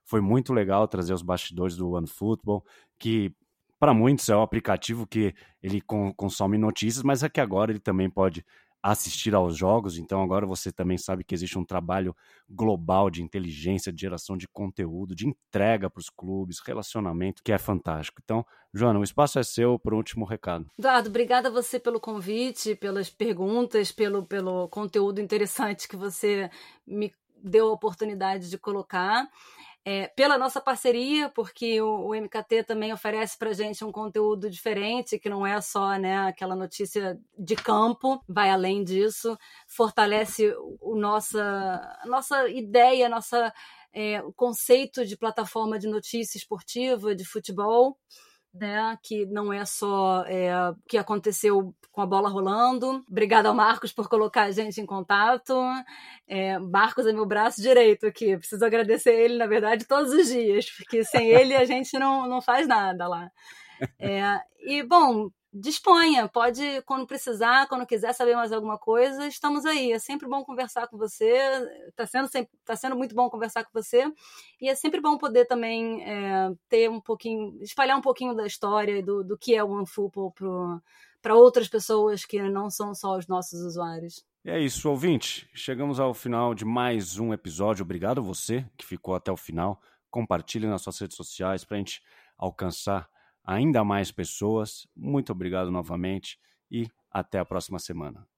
Foi muito legal trazer os bastidores do OneFootball, que para muitos é o aplicativo que ele consome notícias, mas é que agora ele também pode assistir aos jogos, então agora você também sabe que existe um trabalho global de inteligência, de geração de conteúdo, de entrega para os clubes, relacionamento, que é fantástico. Então, Joana, o espaço é seu para o último recado. Eduardo, obrigada a você pelo convite, pelas perguntas, pelo conteúdo interessante que você me deu a oportunidade de colocar. Pela nossa parceria, porque o MKT também oferece para a gente um conteúdo diferente, que não é só, né, aquela notícia de campo, vai além disso, fortalece a nossa ideia, o conceito de plataforma de notícia esportiva, de futebol, né, que não é só o que aconteceu com a bola rolando. Obrigada ao Marcos por colocar a gente em contato. Marcos é meu braço direito aqui. Preciso agradecer ele, na verdade, todos os dias, porque sem ele a gente não faz nada lá. E, bom, disponha, pode, quando precisar, quando quiser saber mais alguma coisa, estamos aí. É sempre bom conversar com você, tá sendo muito bom conversar com você, e é sempre bom poder também espalhar um pouquinho da história e do que é o OneFootball para outras pessoas que não são só os nossos usuários. É isso, ouvinte. Chegamos ao final de mais um episódio. Obrigado a você que ficou até o final. Compartilhe nas suas redes sociais para a gente alcançar ainda mais pessoas. Muito obrigado novamente e até a próxima semana.